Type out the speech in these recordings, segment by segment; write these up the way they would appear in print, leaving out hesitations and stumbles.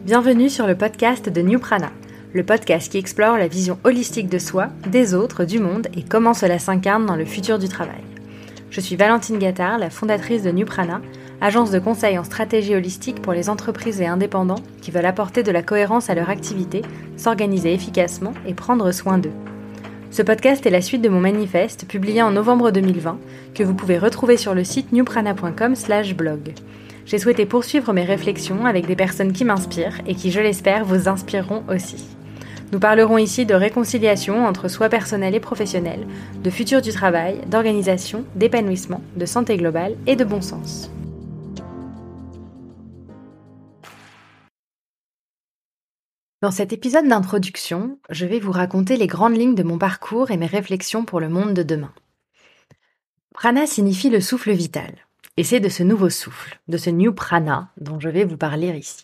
Bienvenue sur le podcast de New Prana, le podcast qui explore la vision holistique de soi, des autres, du monde et comment cela s'incarne dans le futur du travail. Je suis Valentine Gattard, la fondatrice de New Prana, agence de conseil en stratégie holistique pour les entreprises et indépendants qui veulent apporter de la cohérence à leur activité, s'organiser efficacement et prendre soin d'eux. Ce podcast est la suite de mon manifeste publié en novembre 2020 que vous pouvez retrouver sur le site newprana.com/blog. J'ai souhaité poursuivre mes réflexions avec des personnes qui m'inspirent et qui, je l'espère, vous inspireront aussi. Nous parlerons ici de réconciliation entre soi personnel et professionnel, de futur du travail, d'organisation, d'épanouissement, de santé globale et de bon sens. Dans cet épisode d'introduction, je vais vous raconter les grandes lignes de mon parcours et mes réflexions pour le monde de demain. Prana signifie le souffle vital. Et c'est de ce nouveau souffle, de ce New Prana, dont je vais vous parler ici.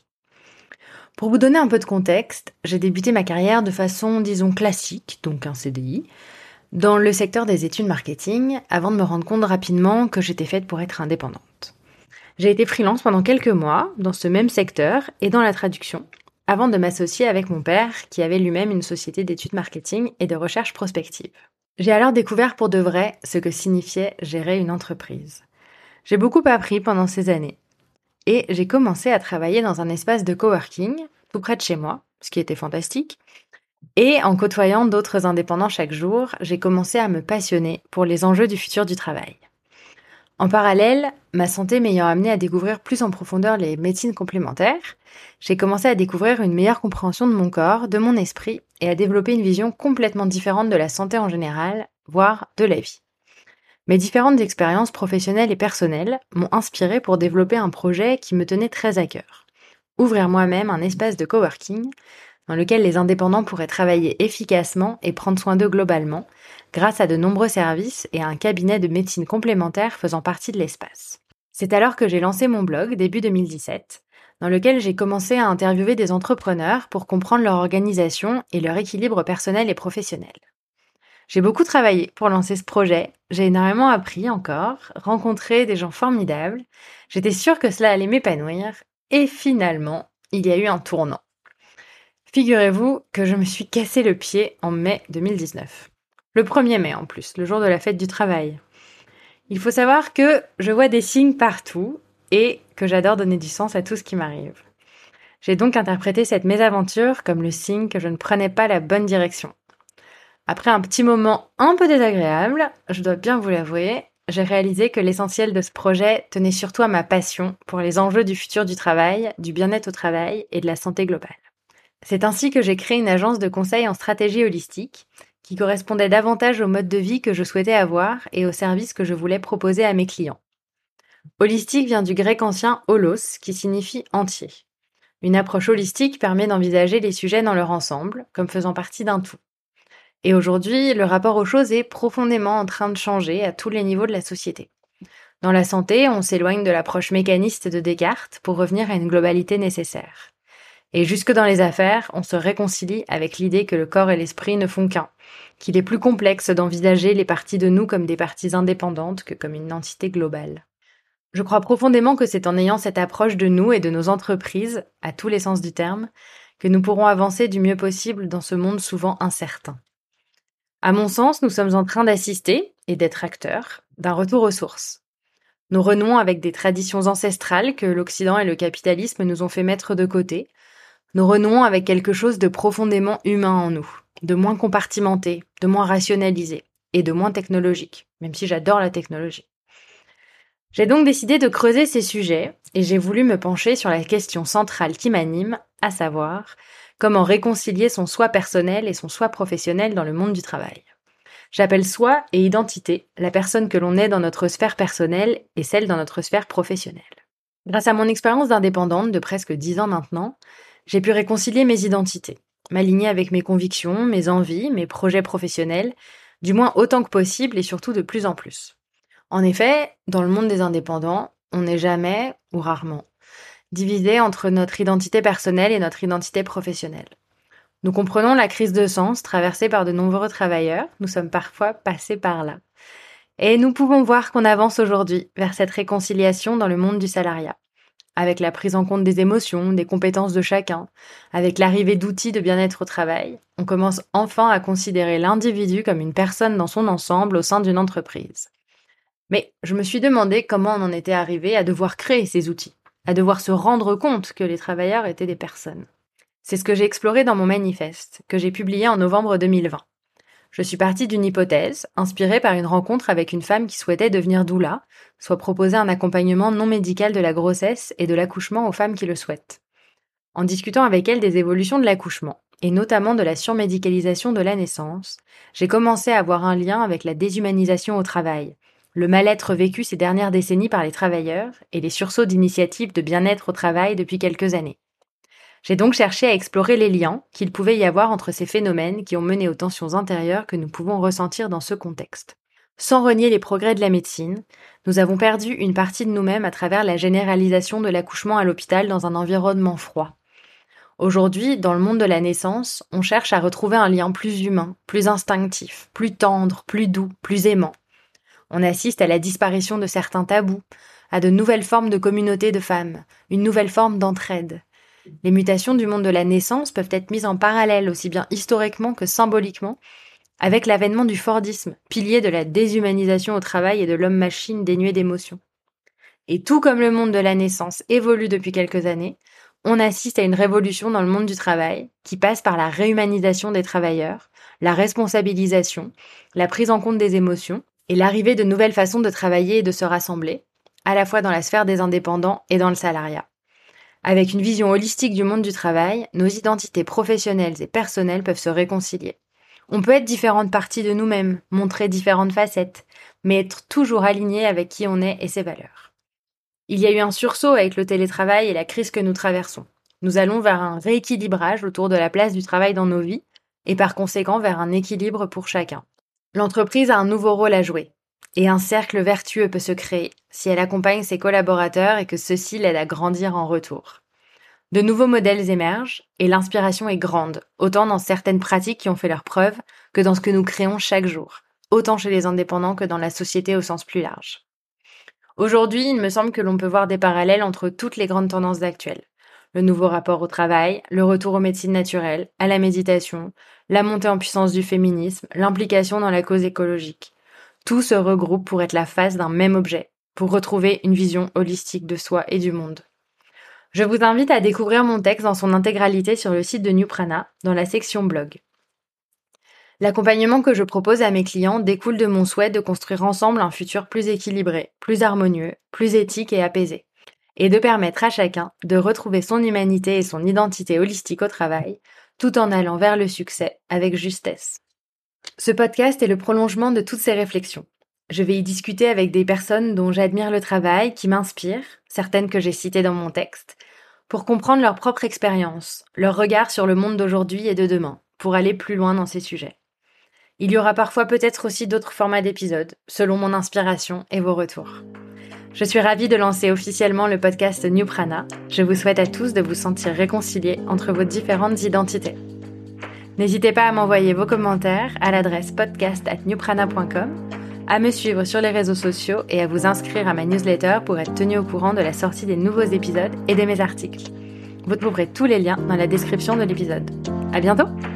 Pour vous donner un peu de contexte, j'ai débuté ma carrière de façon, disons, classique, donc un CDI, dans le secteur des études marketing, avant de me rendre compte rapidement que j'étais faite pour être indépendante. J'ai été freelance pendant quelques mois, dans ce même secteur et dans la traduction, avant de m'associer avec mon père, qui avait lui-même une société d'études marketing et de recherche prospective. J'ai alors découvert pour de vrai ce que signifiait gérer une entreprise. J'ai beaucoup appris pendant ces années et j'ai commencé à travailler dans un espace de coworking tout près de chez moi, ce qui était fantastique. Et en côtoyant d'autres indépendants chaque jour, j'ai commencé à me passionner pour les enjeux du futur du travail. En parallèle, ma santé m'ayant amené à découvrir plus en profondeur les médecines complémentaires, j'ai commencé à découvrir une meilleure compréhension de mon corps, de mon esprit et à développer une vision complètement différente de la santé en général, voire de la vie. Mes différentes expériences professionnelles et personnelles m'ont inspirée pour développer un projet qui me tenait très à cœur. Ouvrir moi-même un espace de coworking dans lequel les indépendants pourraient travailler efficacement et prendre soin d'eux globalement grâce à de nombreux services et à un cabinet de médecine complémentaire faisant partie de l'espace. C'est alors que j'ai lancé mon blog début 2017, dans lequel j'ai commencé à interviewer des entrepreneurs pour comprendre leur organisation et leur équilibre personnel et professionnel. J'ai beaucoup travaillé pour lancer ce projet, j'ai énormément appris encore, rencontré des gens formidables, j'étais sûre que cela allait m'épanouir, et finalement, il y a eu un tournant. Figurez-vous que je me suis cassé le pied en mai 2019. Le 1er mai en plus, le jour de la fête du travail. Il faut savoir que je vois des signes partout et que j'adore donner du sens à tout ce qui m'arrive. J'ai donc interprété cette mésaventure comme le signe que je ne prenais pas la bonne direction. Après un petit moment un peu désagréable, je dois bien vous l'avouer, j'ai réalisé que l'essentiel de ce projet tenait surtout à ma passion pour les enjeux du futur du travail, du bien-être au travail et de la santé globale. C'est ainsi que j'ai créé une agence de conseil en stratégie holistique qui correspondait davantage au mode de vie que je souhaitais avoir et aux services que je voulais proposer à mes clients. Holistique vient du grec ancien holos qui signifie entier. Une approche holistique permet d'envisager les sujets dans leur ensemble, comme faisant partie d'un tout. Et aujourd'hui, le rapport aux choses est profondément en train de changer à tous les niveaux de la société. Dans la santé, on s'éloigne de l'approche mécaniste de Descartes pour revenir à une globalité nécessaire. Et jusque dans les affaires, on se réconcilie avec l'idée que le corps et l'esprit ne font qu'un, qu'il est plus complexe d'envisager les parties de nous comme des parties indépendantes que comme une entité globale. Je crois profondément que c'est en ayant cette approche de nous et de nos entreprises, à tous les sens du terme, que nous pourrons avancer du mieux possible dans ce monde souvent incertain. À mon sens, nous sommes en train d'assister, et d'être acteurs, d'un retour aux sources. Nous renouons avec des traditions ancestrales que l'Occident et le capitalisme nous ont fait mettre de côté. Nous renouons avec quelque chose de profondément humain en nous, de moins compartimenté, de moins rationalisé, et de moins technologique, même si j'adore la technologie. J'ai donc décidé de creuser ces sujets, et j'ai voulu me pencher sur la question centrale qui m'anime, à savoir comment réconcilier son soi personnel et son soi professionnel dans le monde du travail. J'appelle soi et identité la personne que l'on est dans notre sphère personnelle et celle dans notre sphère professionnelle. Grâce à mon expérience d'indépendante de presque 10 ans maintenant, j'ai pu réconcilier mes identités, m'aligner avec mes convictions, mes envies, mes projets professionnels, du moins autant que possible et surtout de plus en plus. En effet, dans le monde des indépendants, on n'est jamais, ou rarement, divisé entre notre identité personnelle et notre identité professionnelle. Nous comprenons la crise de sens traversée par de nombreux travailleurs, nous sommes parfois passés par là. Et nous pouvons voir qu'on avance aujourd'hui vers cette réconciliation dans le monde du salariat. avec la prise en compte des émotions, des compétences de chacun, avec l'arrivée d'outils de bien-être au travail, on commence enfin à considérer l'individu comme une personne dans son ensemble au sein d'une entreprise. Mais je me suis demandé comment on en était arrivé à devoir créer ces outils, à devoir se rendre compte que les travailleurs étaient des personnes. C'est ce que j'ai exploré dans mon manifeste, que j'ai publié en novembre 2020. Je suis partie d'une hypothèse, inspirée par une rencontre avec une femme qui souhaitait devenir doula, soit proposer un accompagnement non médical de la grossesse et de l'accouchement aux femmes qui le souhaitent. En discutant avec elle des évolutions de l'accouchement, et notamment de la surmédicalisation de la naissance, j'ai commencé à avoir un lien avec la déshumanisation au travail, le mal-être vécu ces dernières décennies par les travailleurs et les sursauts d'initiatives de bien-être au travail depuis quelques années. J'ai donc cherché à explorer les liens qu'il pouvait y avoir entre ces phénomènes qui ont mené aux tensions intérieures que nous pouvons ressentir dans ce contexte. Sans renier les progrès de la médecine, nous avons perdu une partie de nous-mêmes à travers la généralisation de l'accouchement à l'hôpital dans un environnement froid. Aujourd'hui, dans le monde de la naissance, on cherche à retrouver un lien plus humain, plus instinctif, plus tendre, plus doux, plus aimant. On assiste à la disparition de certains tabous, à de nouvelles formes de communauté de femmes, une nouvelle forme d'entraide. Les mutations du monde de la naissance peuvent être mises en parallèle aussi bien historiquement que symboliquement avec l'avènement du Fordisme, pilier de la déshumanisation au travail et de l'homme-machine dénué d'émotions. Et tout comme le monde de la naissance évolue depuis quelques années, on assiste à une révolution dans le monde du travail qui passe par la réhumanisation des travailleurs, la responsabilisation, la prise en compte des émotions et l'arrivée de nouvelles façons de travailler et de se rassembler, à la fois dans la sphère des indépendants et dans le salariat. Avec une vision holistique du monde du travail, nos identités professionnelles et personnelles peuvent se réconcilier. On peut être différentes parties de nous-mêmes, montrer différentes facettes, mais être toujours aligné avec qui on est et ses valeurs. Il y a eu un sursaut avec le télétravail et la crise que nous traversons. Nous allons vers un rééquilibrage autour de la place du travail dans nos vies et par conséquent vers un équilibre pour chacun. L'entreprise a un nouveau rôle à jouer et un cercle vertueux peut se créer si elle accompagne ses collaborateurs et que ceux-ci l'aident à grandir en retour. De nouveaux modèles émergent et l'inspiration est grande, autant dans certaines pratiques qui ont fait leurs preuves que dans ce que nous créons chaque jour, autant chez les indépendants que dans la société au sens plus large. Aujourd'hui, il me semble que l'on peut voir des parallèles entre toutes les grandes tendances actuelles. Le nouveau rapport au travail, le retour aux médecines naturelles, à la méditation, la montée en puissance du féminisme, l'implication dans la cause écologique. Tout se regroupe pour être la face d'un même objet, pour retrouver une vision holistique de soi et du monde. Je vous invite à découvrir mon texte dans son intégralité sur le site de New Prana, dans la section blog. L'accompagnement que je propose à mes clients découle de mon souhait de construire ensemble un futur plus équilibré, plus harmonieux, plus éthique et apaisé, et de permettre à chacun de retrouver son humanité et son identité holistique au travail, tout en allant vers le succès avec justesse. Ce podcast est le prolongement de toutes ces réflexions. Je vais y discuter avec des personnes dont j'admire le travail, qui m'inspirent, certaines que j'ai citées dans mon texte, pour comprendre leur propre expérience, leur regard sur le monde d'aujourd'hui et de demain, pour aller plus loin dans ces sujets. Il y aura parfois peut-être aussi d'autres formats d'épisodes, selon mon inspiration et vos retours. Je suis ravie de lancer officiellement le podcast New Prana. Je vous souhaite à tous de vous sentir réconciliés entre vos différentes identités. N'hésitez pas à m'envoyer vos commentaires à l'adresse podcast@newprana.com, à me suivre sur les réseaux sociaux et à vous inscrire à ma newsletter pour être tenu au courant de la sortie des nouveaux épisodes et de mes articles. Vous trouverez tous les liens dans la description de l'épisode. À bientôt!